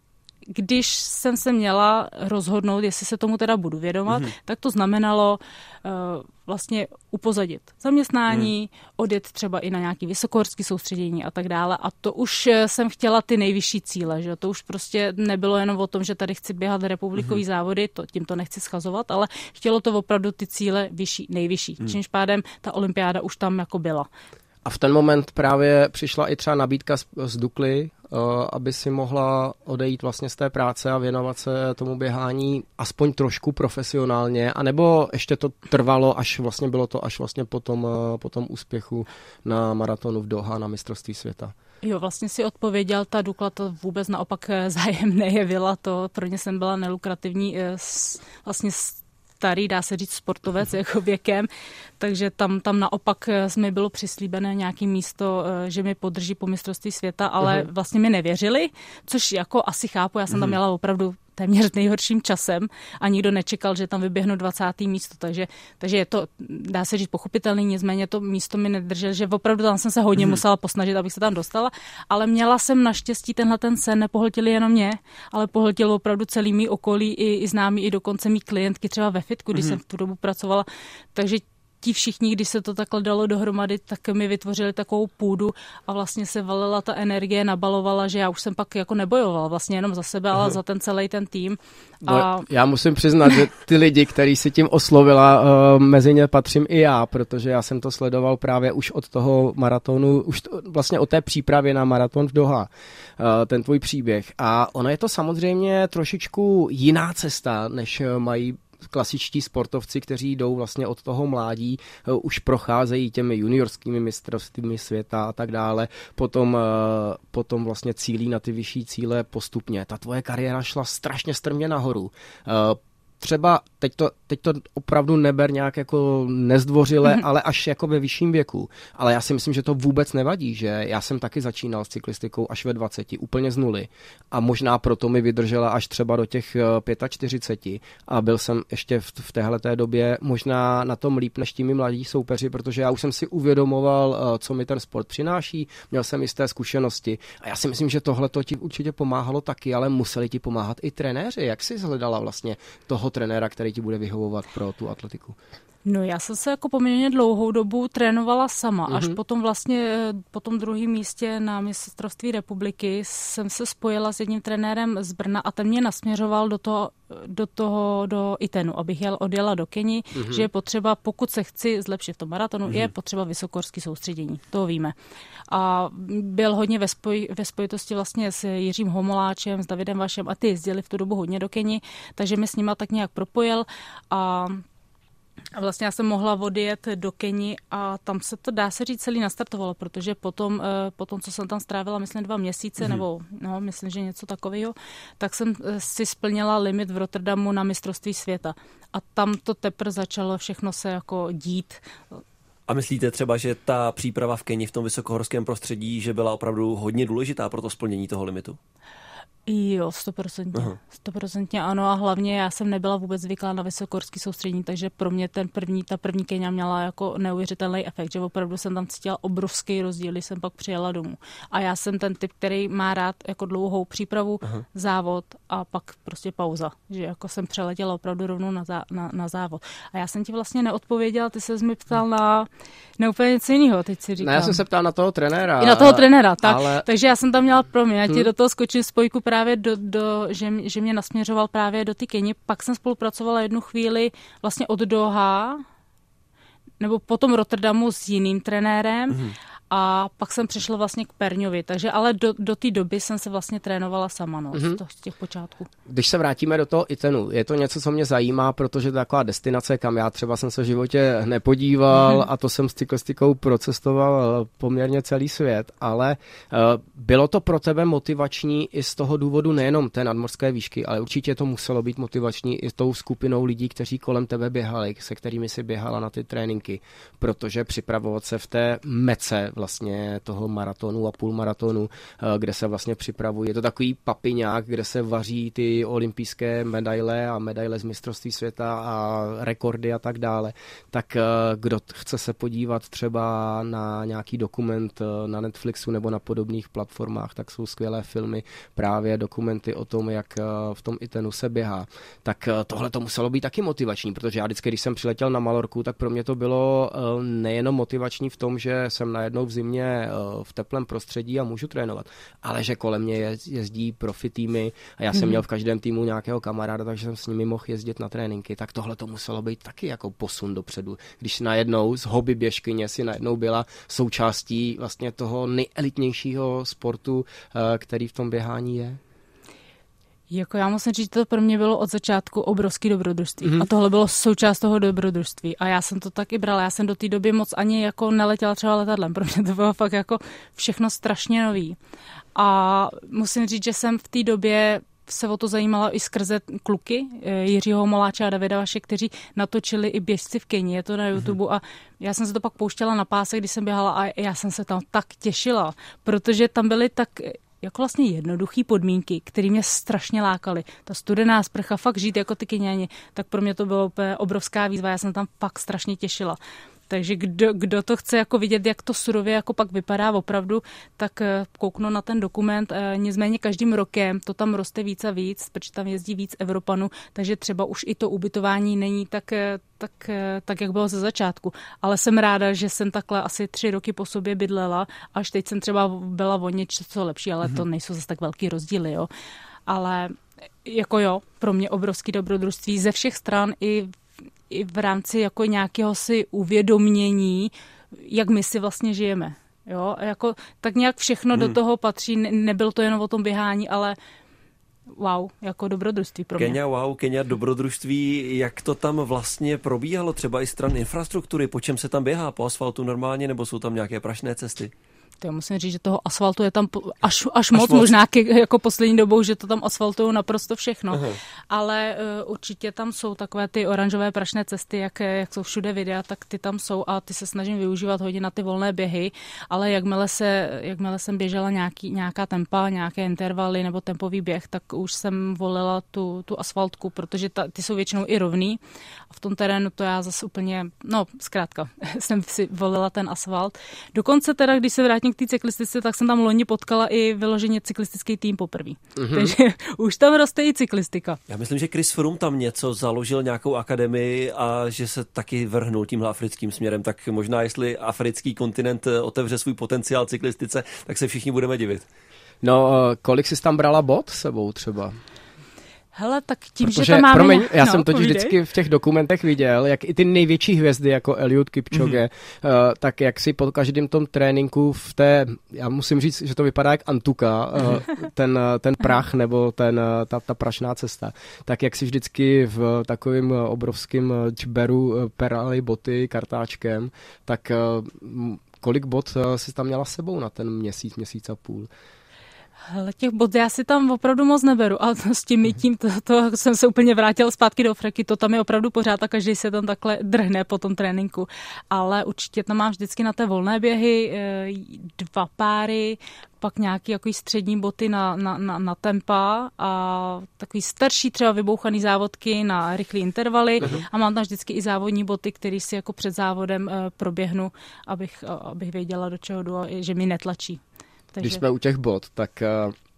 když jsem se měla rozhodnout, jestli se tomu teda budu vědomat, mm-hmm. tak to znamenalo uh, vlastně upozadit zaměstnání, mm. odjet třeba i na nějaký vysokohorský soustředění a tak dále. A to už jsem chtěla ty nejvyšší cíle, že to už prostě nebylo jenom o tom, že tady chci běhat republikový mm-hmm. závody, to, tím to nechci schazovat, ale chtělo to opravdu ty cíle vyšší, nejvyšší. Mm. Čímž pádem ta olympiáda už tam jako byla. A v ten moment právě přišla i třeba nabídka z, z Dukly, uh, aby si mohla odejít vlastně z té práce a věnovat se tomu běhání aspoň trošku profesionálně, anebo ještě to trvalo, až vlastně bylo to až vlastně po tom, uh, po tom úspěchu na maratonu v Doha na mistrovství světa. Jo, vlastně si odpověděl, ta Dukla to vůbec naopak zájem nejevila, to pro ně jsem byla nelukrativní vlastně starý, dá se říct, sportovec jako věkem, takže tam, tam naopak mi bylo přislíbené nějaké místo, že mi podrží po mistrovství světa, ale uh-huh. vlastně mi nevěřili, což jako asi chápu, já jsem tam měla opravdu téměř nejhorším časem a nikdo nečekal, že tam vyběhnu dvacáté místo, takže, takže je to, dá se říct, pochopitelný, nicméně to místo mi nedržel, že opravdu tam jsem se hodně hmm. musela posnažit, abych se tam dostala, ale měla jsem naštěstí tenhle ten sen, nepohltili jenom mě, ale pohltil opravdu celý mý okolí i, i známí, i dokonce mý klientky třeba ve fitku, když hmm. jsem v tu dobu pracovala, takže ti všichni, když se to takhle dalo dohromady, tak mi vytvořili takovou půdu a vlastně se valila ta energie, nabalovala, že já už jsem pak jako nebojovala vlastně jenom za sebe, ale za ten celý ten tým. A... No, já musím přiznat, že ty lidi, který si tím oslovila, uh, mezi ně patřím i já, protože já jsem to sledoval právě už od toho maratonu, už to, vlastně od té přípravy na maraton v Doha, uh, ten tvůj příběh. A ono je to samozřejmě trošičku jiná cesta, než mají klasičtí sportovci, kteří jdou vlastně od toho mládí, uh, už procházejí těmi juniorskými mistrovstvími světa a tak dále, potom, uh, potom vlastně cílí na ty vyšší cíle postupně. Ta tvoje kariéra šla strašně strmě nahoru. Uh, Třeba teď to, teď to opravdu neber nějak jako nezdvořile, mm-hmm. ale až jako ve vyšším věku. Ale já si myslím, že to vůbec nevadí, že já jsem taky začínal s cyklistikou až ve dvaceti, úplně z nuly. A možná proto mi vydržela až třeba do těch čtyřiceti pěti a byl jsem ještě v, v téhleté době možná na tom líp než těmi mladí soupeři, protože já už jsem si uvědomoval, co mi ten sport přináší, měl jsem jisté zkušenosti. A já si myslím, že tohle to ti určitě pomáhalo taky, ale museli ti pomáhat i trenéři. Jak jsi hledala vlastně toho trenéra, který ti bude vyhovovat pro tu atletiku? No já jsem se jako poměrně dlouhou dobu trénovala sama. Mm-hmm. Až potom vlastně po tom druhém místě na mistrovství republiky jsem se spojila s jedním trenérem z Brna a ten mě nasměřoval do toho, do toho, do Itenu, abych jel, odjela do Keni, mm-hmm. že je potřeba, pokud se chci zlepšit v tom maratonu, mm-hmm. je potřeba vysokohorský soustředění. To víme. A byl hodně ve, spoj, ve spojitosti vlastně s Jiřím Homoláčem, s Davidem Vašem a ty jezdili v tu dobu hodně do Keni, takže mi s nima tak nějak propojil a A vlastně já jsem mohla odjet do Keni a tam se to, dá se říct, celý nastartovalo, protože potom, potom co jsem tam strávila, myslím, dva měsíce, mm-hmm. nebo no, myslím, že něco takového, tak jsem si splnila limit v Rotterdamu na mistrovství světa. A tam to teprve začalo všechno se jako dít. A myslíte třeba, že ta příprava v Keni v tom vysokohorském prostředí, že byla opravdu hodně důležitá pro to splnění toho limitu? Jo, stoprocentně. Stoprocentně ano a hlavně já jsem nebyla vůbec zvyklá na vysokohorský soustředění, takže pro mě ten první, ta první Kenia měla jako neuvěřitelný efekt, že opravdu jsem tam cítila obrovský rozdíl, když jsem pak přijela domů. A já jsem ten typ, který má rád jako dlouhou přípravu, Aha. závod a pak prostě pauza, že jako jsem přeletěla opravdu rovnou na, zá, na, na závod. A já jsem ti vlastně neodpověděla, ty ses mi ptal na, na úplně něco jiného, teď si říkám. Ne, já jsem se ptal na toho trenéra. I na toho trenéra, tak. Ale... Takže já jsem tam měla, promiň, já ti hmm. do toho skočím spojku právě do, do že, že mě nasměřoval právě do ty Keni. Pak jsem spolupracovala jednu chvíli vlastně od Doha, nebo potom Rotterdamu s jiným trenérem. Mm. a pak jsem přešla vlastně k Perňovi, takže ale do, do té doby jsem se vlastně trénovala sama, no, mm-hmm. z, to, z těch počátků. Když se vrátíme do toho Itenu, je to něco, co mě zajímá, protože to je taková destinace, kam já třeba jsem se v životě nepodíval mm-hmm. a to jsem s cyklistikou procestoval poměrně celý svět, ale uh, bylo to pro tebe motivační i z toho důvodu nejenom té nadmořské výšky, ale určitě to muselo být motivační i tou skupinou lidí, kteří kolem tebe běhali, se kterými si běhala na ty tréninky, protože připravovat se v té mece vlastně toho maratonu a půlmaratonu, kde se vlastně připravují. Je to takový papiňák, kde se vaří ty olympijské medaile a medaile z mistrovství světa a rekordy a tak dále. Tak kdo chce se podívat třeba na nějaký dokument na Netflixu nebo na podobných platformách, tak jsou skvělé filmy, právě dokumenty o tom, jak v tom Itenu se běhá. Tak tohle to muselo být taky motivační, protože já vždycky, když jsem přiletěl na Malorku, tak pro mě to bylo nejenom motivační v tom, že jsem najednou v zimě v teplém prostředí a můžu trénovat, ale že kolem mě jezdí profi týmy a já jsem měl v každém týmu nějakého kamaráda, takže jsem s nimi mohl jezdit na tréninky, tak tohle to muselo být taky jako posun dopředu. Když najednou z hobby běžkyně si najednou byla součástí vlastně toho nejelitnějšího sportu, který v tom běhání je. Jako já musím říct, že to pro mě bylo od začátku obrovský dobrodružství. Mm-hmm. A tohle bylo součást toho dobrodružství. A já jsem to tak i brala. Já jsem do té doby moc ani jako neletěla třeba letadlem. Pro mě to bylo fakt jako všechno strašně nový. A musím říct, že jsem v té době se o to zajímala i skrze kluky Jiřího Moláče a Davida Vaše, kteří natočili i běžci v Keni, je to na YouTube mm-hmm. a já jsem se to pak pouštěla na páse, když jsem běhala a já jsem se tam tak těšila, protože tam byly tak jako vlastně jednoduchý podmínky, které mě strašně lákaly. Ta studená sprcha, fakt žít jako ty Keňani, tak pro mě to bylo úplně obrovská výzva, já jsem tam fakt strašně těšila. Takže kdo, kdo to chce jako vidět, jak to surově jako pak vypadá opravdu, tak kouknu na ten dokument. Nicméně každým rokem to tam roste víc a víc, protože tam jezdí víc Evropanů, takže třeba už i to ubytování není tak, tak, tak jak bylo ze začátku. Ale jsem ráda, že jsem takhle asi tři roky po sobě bydlela, až teď jsem třeba byla o něco lepší, ale mm-hmm. to nejsou zase tak velký rozdíly, jo. Ale jako jo, pro mě obrovský dobrodružství ze všech stran i i v rámci jako nějakého si uvědomění, jak my si vlastně žijeme. Jo? Jako, tak nějak všechno hmm. do toho patří, ne, nebylo to jenom o tom běhání, ale wow, jako dobrodružství pro mě. Kenia, wow, Kenia, dobrodružství, jak to tam vlastně probíhalo, třeba i stran infrastruktury, po čem se tam běhá, po asfaltu normálně, nebo jsou tam nějaké prašné cesty? Já musím říct, že toho asfaltu je tam až, až moc, až moc. Možná k, jako poslední dobou, že to tam asfaltují naprosto všechno. Aha. Ale uh, určitě tam jsou takové ty oranžové prašné cesty, jak, jak jsou všude videa, tak ty tam jsou a ty se snažím využívat hodně na ty volné běhy, ale jakmile, se, jakmile jsem běžela nějaký, nějaká tempa, nějaké intervaly nebo tempový běh, tak už jsem volila tu, tu asfaltku, protože ta, ty jsou většinou i rovný a v tom terénu to já zase úplně, no zkrátka, jsem si volila ten asfalt. Dokonce teda, když se vrátím k té cyklistice, tak jsem tam loni potkala i vyloženě cyklistický tým poprvé. Mm-hmm. Takže už tam roste i cyklistika. Já myslím, že Chris Froome tam něco založil, nějakou akademii a že se taky vrhnul tímhle africkým směrem, tak možná jestli africký kontinent otevře svůj potenciál cyklistice, tak se všichni budeme divit. No, kolik jsi tam brala bod s sebou třeba? Hele, tak tím, Protože, že to máme... Promiň, já no, jsem totiž povídej. vždycky v těch dokumentech viděl, jak i ty největší hvězdy, jako Eliud Kipchoge, mm-hmm. uh, tak jak si po každém tom tréninku v té, já musím říct, že to vypadá jak Antuka, uh, ten, ten prach nebo ten, ta, ta prašná cesta, tak jak si vždycky v takovém obrovském čberu perali boty kartáčkem, tak uh, kolik bot uh, si tam měla s sebou na ten měsíc, měsíc a půl? Hele, těch bod já si tam opravdu moc neberu a s tím mytím, to, to jsem se úplně vrátila zpátky do freky, to tam je opravdu pořád a každý se tam takhle drhne po tom tréninku, ale určitě tam mám vždycky na té volné běhy dva páry, pak nějaký jako střední boty na, na, na, na tempa a takový starší třeba vybouchaný závodky na rychlé intervaly uh-huh. a mám tam vždycky i závodní boty, které si jako před závodem uh, proběhnu, abych, uh, abych věděla, do čeho jdu a že mi netlačí. Takže... Když jsme u těch bot, tak uh,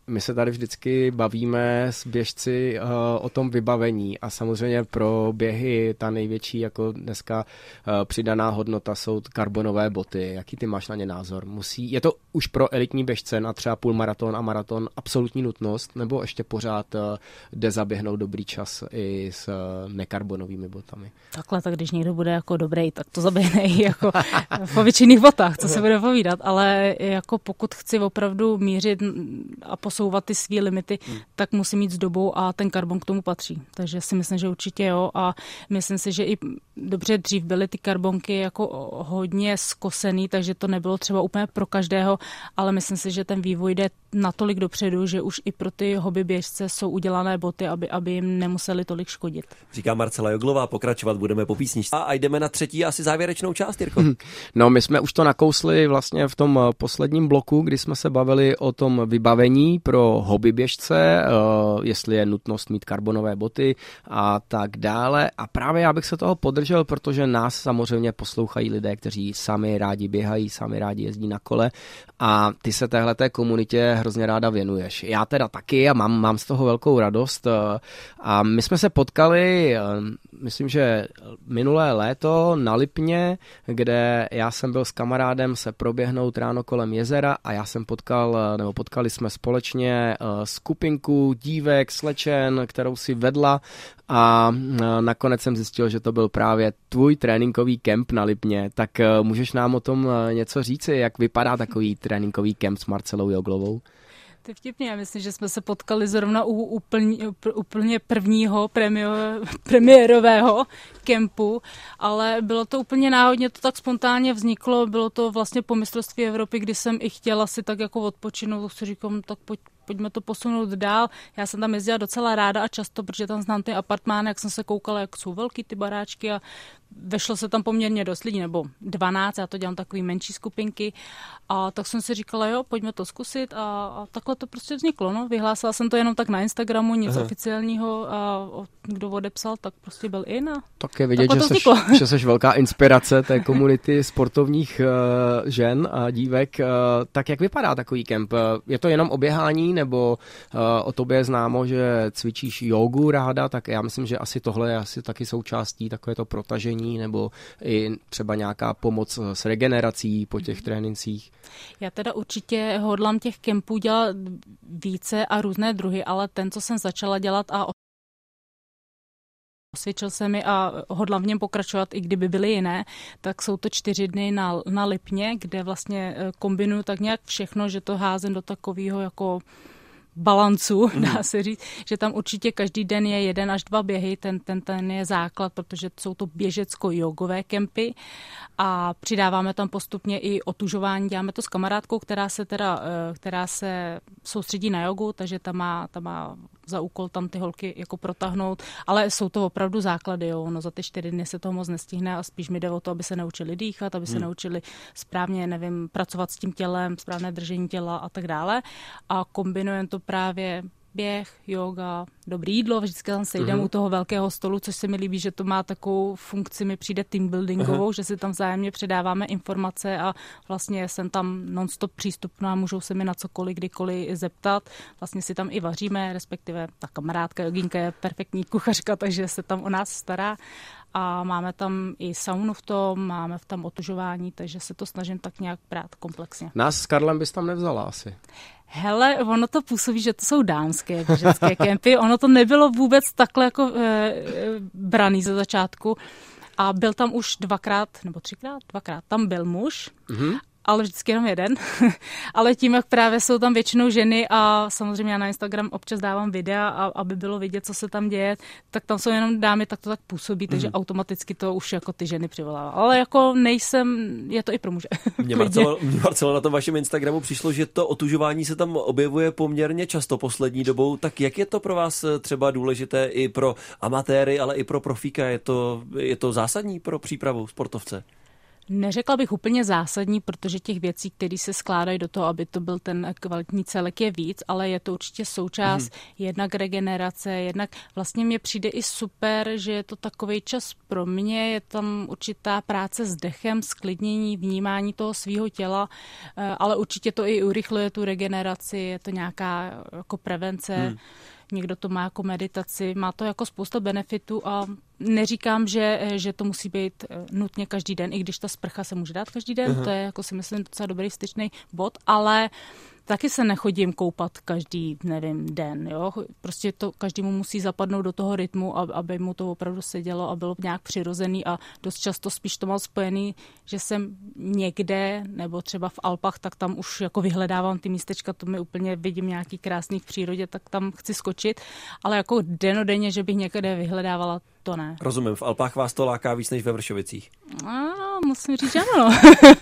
my se tady vždycky bavíme s běžci uh, o tom vybavení a samozřejmě pro běhy ta největší jako dneska uh, přidaná hodnota jsou karbonové boty. Jaký ty máš na ně názor? Musí, je to už pro elitní běžce na třeba půlmaraton a maraton absolutní nutnost, nebo ještě pořád uh, jde zaběhnout dobrý čas i s uh, nekarbonovými botami? Takhle, tak když někdo bude jako dobrý, tak to zaběhne i jako v obyčejných botách, co se bude povídat, ale jako pokud chci opravdu mířit a posouvat ty svý limity, hmm. tak musí mít s dobou a ten karbon k tomu patří. Takže si myslím, že určitě jo a myslím si, že i dobře dřív byly ty karbonky jako hodně skosený, takže to nebylo třeba úplně pro každého, ale myslím si, že ten vývoj jde natolik dopředu, že už i pro ty hobby běžce jsou udělané boty, aby, aby jim nemuseli tolik škodit. Říká Marcela Joglová, pokračovat budeme po písničce. A jdeme na třetí asi závěrečnou část, Jirko. No, my jsme už to nakousli vlastně v tom posledním bloku, kdy jsme se bavili o tom vybavení pro hobby běžce, jestli je nutnost mít karbonové boty a tak dále. A právě já bych se toho podržel, protože nás samozřejmě poslouchají lidé, kteří sami rádi běhají, sami rádi jezdí na kole a ty se téhleté komunitě hrozně ráda věnuješ. Já teda taky a mám, mám z toho velkou radost a my jsme se potkali, myslím, že minulé léto na Lipně, kde já jsem byl s kamarádem se proběhnout ráno kolem jezera a já jsem potkal, nebo potkali jsme společně skupinku dívek, slečen, kterou si vedla a nakonec jsem zjistil, že to byl právě tvůj tréninkový kemp na Lipně. Tak můžeš nám o tom něco říci, jak vypadá takový tréninkový kemp s Marcelou Joglovou? To je vtipně, já myslím, že jsme se potkali zrovna u úplně, úplně prvního premiérového kempu, ale bylo to úplně náhodně, to tak spontánně vzniklo, bylo to vlastně po mistrovství Evropy, kdy jsem i chtěla si tak jako odpočinout, tak si říkám, tak pojď, pojďme to posunout dál. Já jsem tam jezdila docela ráda a často, protože tam znám ty apartmány, jak jsem se koukala, jak jsou velký ty baráčky a vešlo se tam poměrně dost lidí, nebo dvanáct, já to dělám takový menší skupinky a tak jsem si říkala, jo, pojďme to zkusit a, a takhle to prostě vzniklo, no. Vyhlásila jsem to jenom tak na Instagramu, nic Aha. oficiálního a kdo odepsal, tak prostě byl in a tak je vidět, že seš, že seš velká inspirace té komunity sportovních uh, žen a dívek. Uh, tak jak vypadá takový kemp? Je to jenom o běhání, nebo uh, o tobě známo, že cvičíš jógu ráda, tak já myslím, že asi tohle je asi taky součástí takové to protažení nebo i třeba nějaká pomoc s regenerací po těch trénincích? Já teda určitě hodlám těch kempů dělat více a různé druhy, ale ten, co jsem začala dělat a osvědčil se mi a hodlám v něm pokračovat, i kdyby byly jiné, tak jsou to čtyři dny na, na Lipně, kde vlastně kombinuju tak nějak všechno, že to házím do takového jako balancu, dá se říct, že tam určitě každý den je jeden až dva běhy, ten, ten, ten je základ, protože jsou to běžecko-jogové kempy a přidáváme tam postupně i otužování, děláme to s kamarádkou, která se teda, která se soustředí na jogu, takže ta má, ta má za úkol tam ty holky jako protáhnout, ale jsou to opravdu základy, jo, no za ty čtyři dny se toho moc nestihne a spíš mi jde o to, aby se naučili dýchat, aby se hmm. naučili správně, nevím, pracovat s tím tělem, správné držení těla a tak dále a kombinujeme to právě běh, yoga, dobré jídlo, vždycky tam sejdem uh-huh. u toho velkého stolu, což se mi líbí, že to má takovou funkci, mi přijde team buildingovou, uh-huh. že si tam vzájemně předáváme informace a vlastně jsem tam non-stop přístupná, můžou se mi na cokoliv, kdykoliv zeptat. Vlastně si tam i vaříme, respektive ta kamarádka jogínka je perfektní kuchařka, takže se tam o nás stará. A máme tam i saunu v tom, máme tam otužování, takže se to snažím tak nějak brát komplexně. Nás s Karlem bys tam nevzala asi. Hele, ono to působí, že to jsou dámské běžecké kempy. Ono to nebylo vůbec takhle jako e, braný ze začátku. A byl tam už dvakrát, nebo třikrát, dvakrát, tam byl muž. Mm-hmm. Ale vždycky jenom jeden. Ale tím, jak právě jsou tam většinou ženy a samozřejmě já na Instagram občas dávám videa, a, aby bylo vidět, co se tam děje, tak tam jsou jenom dámy, tak to tak působí, takže mm. automaticky to už jako ty ženy přivolává. Ale jako nejsem, je to i pro muže. Mně Marcelo, Marcelo, na tom vašem Instagramu přišlo, že to otužování se tam objevuje poměrně často poslední dobou. Tak jak je to pro vás třeba důležité i pro amatéry, ale i pro profíka? Je to, je to zásadní pro přípravu sportovce? Neřekla bych úplně zásadní, protože těch věcí, které se skládají do toho, aby to byl ten kvalitní celek, je víc, ale je to určitě součást mm. jednak regenerace, jednak vlastně mně přijde i super, že je to takovej čas pro mě, je tam určitá práce s dechem, sklidnění, vnímání toho svého těla, ale určitě to i urychluje tu regeneraci, je to nějaká jako prevence, mm. Někdo to má jako meditaci, má to jako spousta benefitů a neříkám, že, že to musí být nutně každý den, i když ta sprcha se může dát každý den, uh-huh. To je jako si myslím docela dobrý styčný bod, ale taky se nechodím koupat každý, nevím, den, jo. Prostě to každému musí zapadnout do toho rytmu, aby mu to opravdu sedělo a bylo nějak přirozený a dost často spíš to mám spojený, že jsem někde, nebo třeba v Alpách, tak tam už jako vyhledávám ty místečka, to mi úplně vidím nějaký krásný v přírodě, tak tam chci skočit, ale jako denodenně, že bych někde vyhledávala, to ne. Rozumím, v Alpách vás to láká víc než ve Vršovicích. No, musím říct, ano.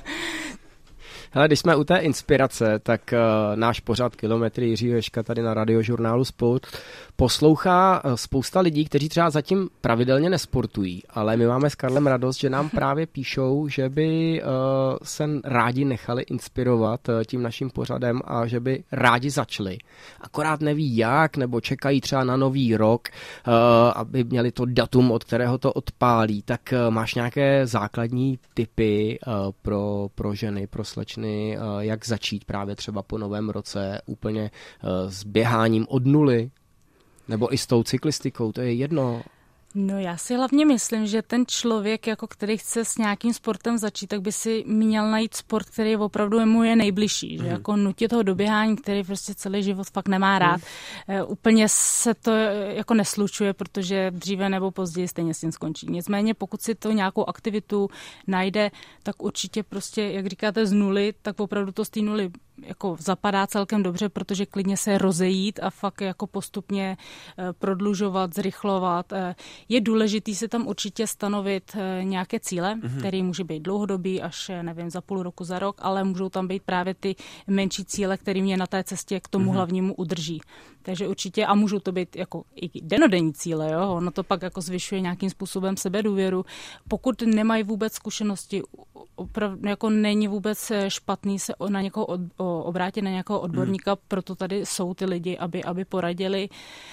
Hele, když jsme u té inspirace, tak uh, náš pořad Kilometry Jiřího Ježka tady na Radiožurnálu Sport poslouchá uh, spousta lidí, kteří třeba zatím pravidelně nesportují, ale my máme s Karlem radost, že nám právě píšou, že by uh, se rádi nechali inspirovat uh, tím naším pořadem a že by rádi začali. Akorát neví jak, nebo čekají třeba na nový rok, uh, aby měli to datum, od kterého to odpálí. Tak uh, máš nějaké základní tipy uh, pro, pro ženy, pro slečny, jak začít právě třeba po novém roce úplně s běháním od nuly, nebo i s tou cyklistikou, to je jedno. No já si hlavně myslím, že ten člověk, jako který chce s nějakým sportem začít, tak by si měl najít sport, který opravdu mu je nejbližší. Že? Mm. Jako nutit toho do běhání, který prostě celý život fakt nemá rád. Mm. Uh, úplně se to jako neslučuje, protože dříve nebo později stejně s tím skončí. Nicméně pokud si to nějakou aktivitu najde, tak určitě prostě, jak říkáte, z nuly, tak opravdu to z té nuly jako zapadá celkem dobře, protože klidně se rozejít a fakt jako postupně prodlužovat, zrychlovat. Je důležitý si tam určitě stanovit nějaké cíle, mm-hmm. které může být dlouhodobý až, nevím, za půl roku, za rok, ale můžou tam být právě ty menší cíle, které mě na té cestě k tomu mm-hmm. hlavnímu udrží. Takže určitě, a můžou to být jako i denodenní cíle, jo? Ono to pak jako zvyšuje nějakým způsobem sebedůvěru. Pokud nemají vůbec zkušenosti, opravdu jako není vůbec špatný se na někoho od, o, obrátit na nějakého odborníka, hmm. proto tady jsou ty lidi, aby, aby poradili.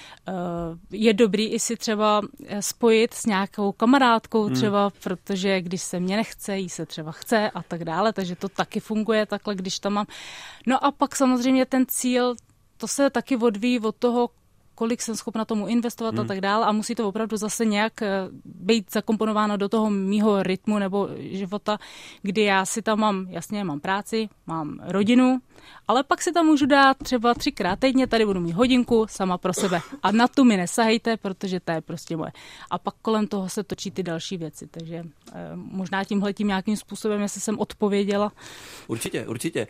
Je dobrý i si třeba spojit s nějakou kamarádkou třeba, hmm. protože když se mě nechce, jí se třeba chce a tak dále, takže to taky funguje takhle, když tam mám. No a pak samozřejmě ten cíl, to se taky odvíjí od toho, kolik jsem schopna tomu investovat hmm. a tak dále a musí to opravdu zase nějak být zakomponováno do toho mýho rytmu nebo života, kdy já si tam mám, jasně, mám práci, mám rodinu, ale pak si tam můžu dát třeba třikrát týdně, tady budu mít hodinku sama pro sebe a na tu mi nesahejte, protože to je prostě moje. A pak kolem toho se točí ty další věci, takže eh, možná tímhletím nějakým způsobem, jestli jsem odpověděla. Určitě, určitě.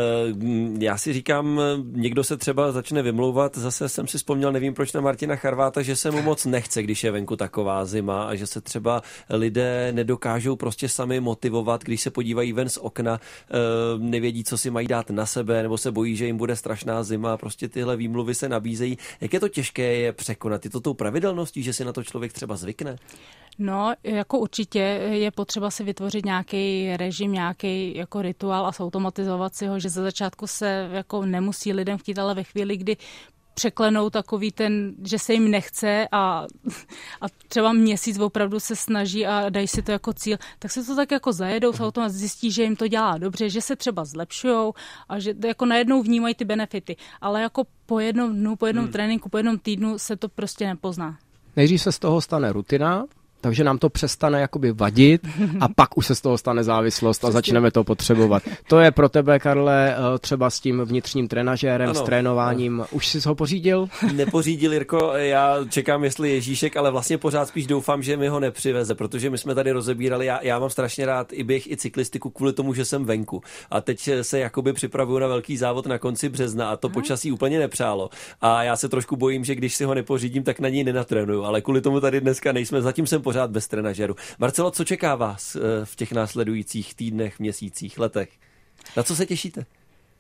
Uh, já si říkám, někdo se třeba začne vymlouvat, zase jsem si vzpomněl, nevím proč, na Martina Charváta, že se mu moc nechce, když je venku taková zima a že se třeba lidé nedokážou prostě sami motivovat, když se podívají ven z okna, uh, nevědí, co si mají dát na sebe, nebo se bojí, že jim bude strašná zima, prostě tyhle výmluvy se nabízejí. Jak je to těžké je překonat? Je to tou pravidelností, že si na to člověk třeba zvykne? No, jako určitě je potřeba si vytvořit nějaký režim, nějaký jako rituál a zautomatizovat si ho, že ze začátku se jako nemusí lidem chtít, ale ve chvíli, kdy překlenou takový ten, že se jim nechce a, a třeba měsíc opravdu se snaží a dají si to jako cíl, tak se to tak jako zajedou, se automaticky zjistí, že jim to dělá dobře, že se třeba zlepšujou a že jako najednou vnímají ty benefity, ale jako po jednom dnu, po jednom hmm. tréninku, po jednom týdnu se to prostě nepozná. Nejdřív se z toho stane rutina, takže nám to přestane jakoby vadit a pak už se z toho stane závislost a začneme to potřebovat. To je pro tebe, Karle, třeba s tím vnitřním trenažérem, ano, s trénováním. Ano. Už jsi ho pořídil? Nepořídil, Jirko, já čekám, jestli Ježíšek, ale vlastně pořád spíš doufám, že mi ho nepřiveze, protože my jsme tady rozebírali, já, já mám strašně rád i běh, i cyklistiku kvůli tomu, že jsem venku. A teď se jakoby připravuju na velký závod na konci března a to Aha. počasí úplně nepřálo. A já se trošku bojím, že když si ho nepořídím, tak na něj nenatrénuju, ale kvůli tomu tady dneska nejsme, zatím jsem pořád bez trenažéru. Marcelo, co čeká vás v těch následujících týdnech, měsících, letech? Na co se těšíte?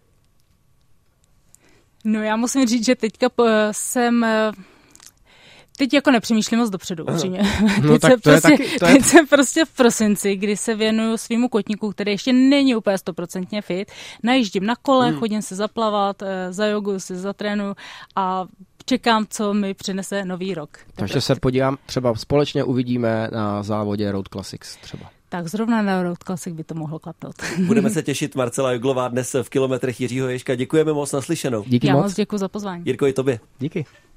No já musím říct, že teďka jsem Teď jako nepřemýšlím moc dopředu, upřímně. No, teď se prostě, taky, je... teď se prostě v prosinci, kdy se věnuju svýmu kotníku, který ještě není úplně stoprocentně fit, najíždím na kole, hmm. chodím se zaplavat, za jogu si zatrénuju a čekám, co mi přinese nový rok. Takže se podívám, třeba společně uvidíme na závodě Road Classics třeba. Tak zrovna na Road Classic by to mohlo klapnout. Budeme se těšit, Marcela Joglová dnes v kilometrech Jiřího Ježka. Děkujeme moc, naslyšenou. Díky Já moc. moc děkuji za pozvání. Jirko, i tobě. Díky.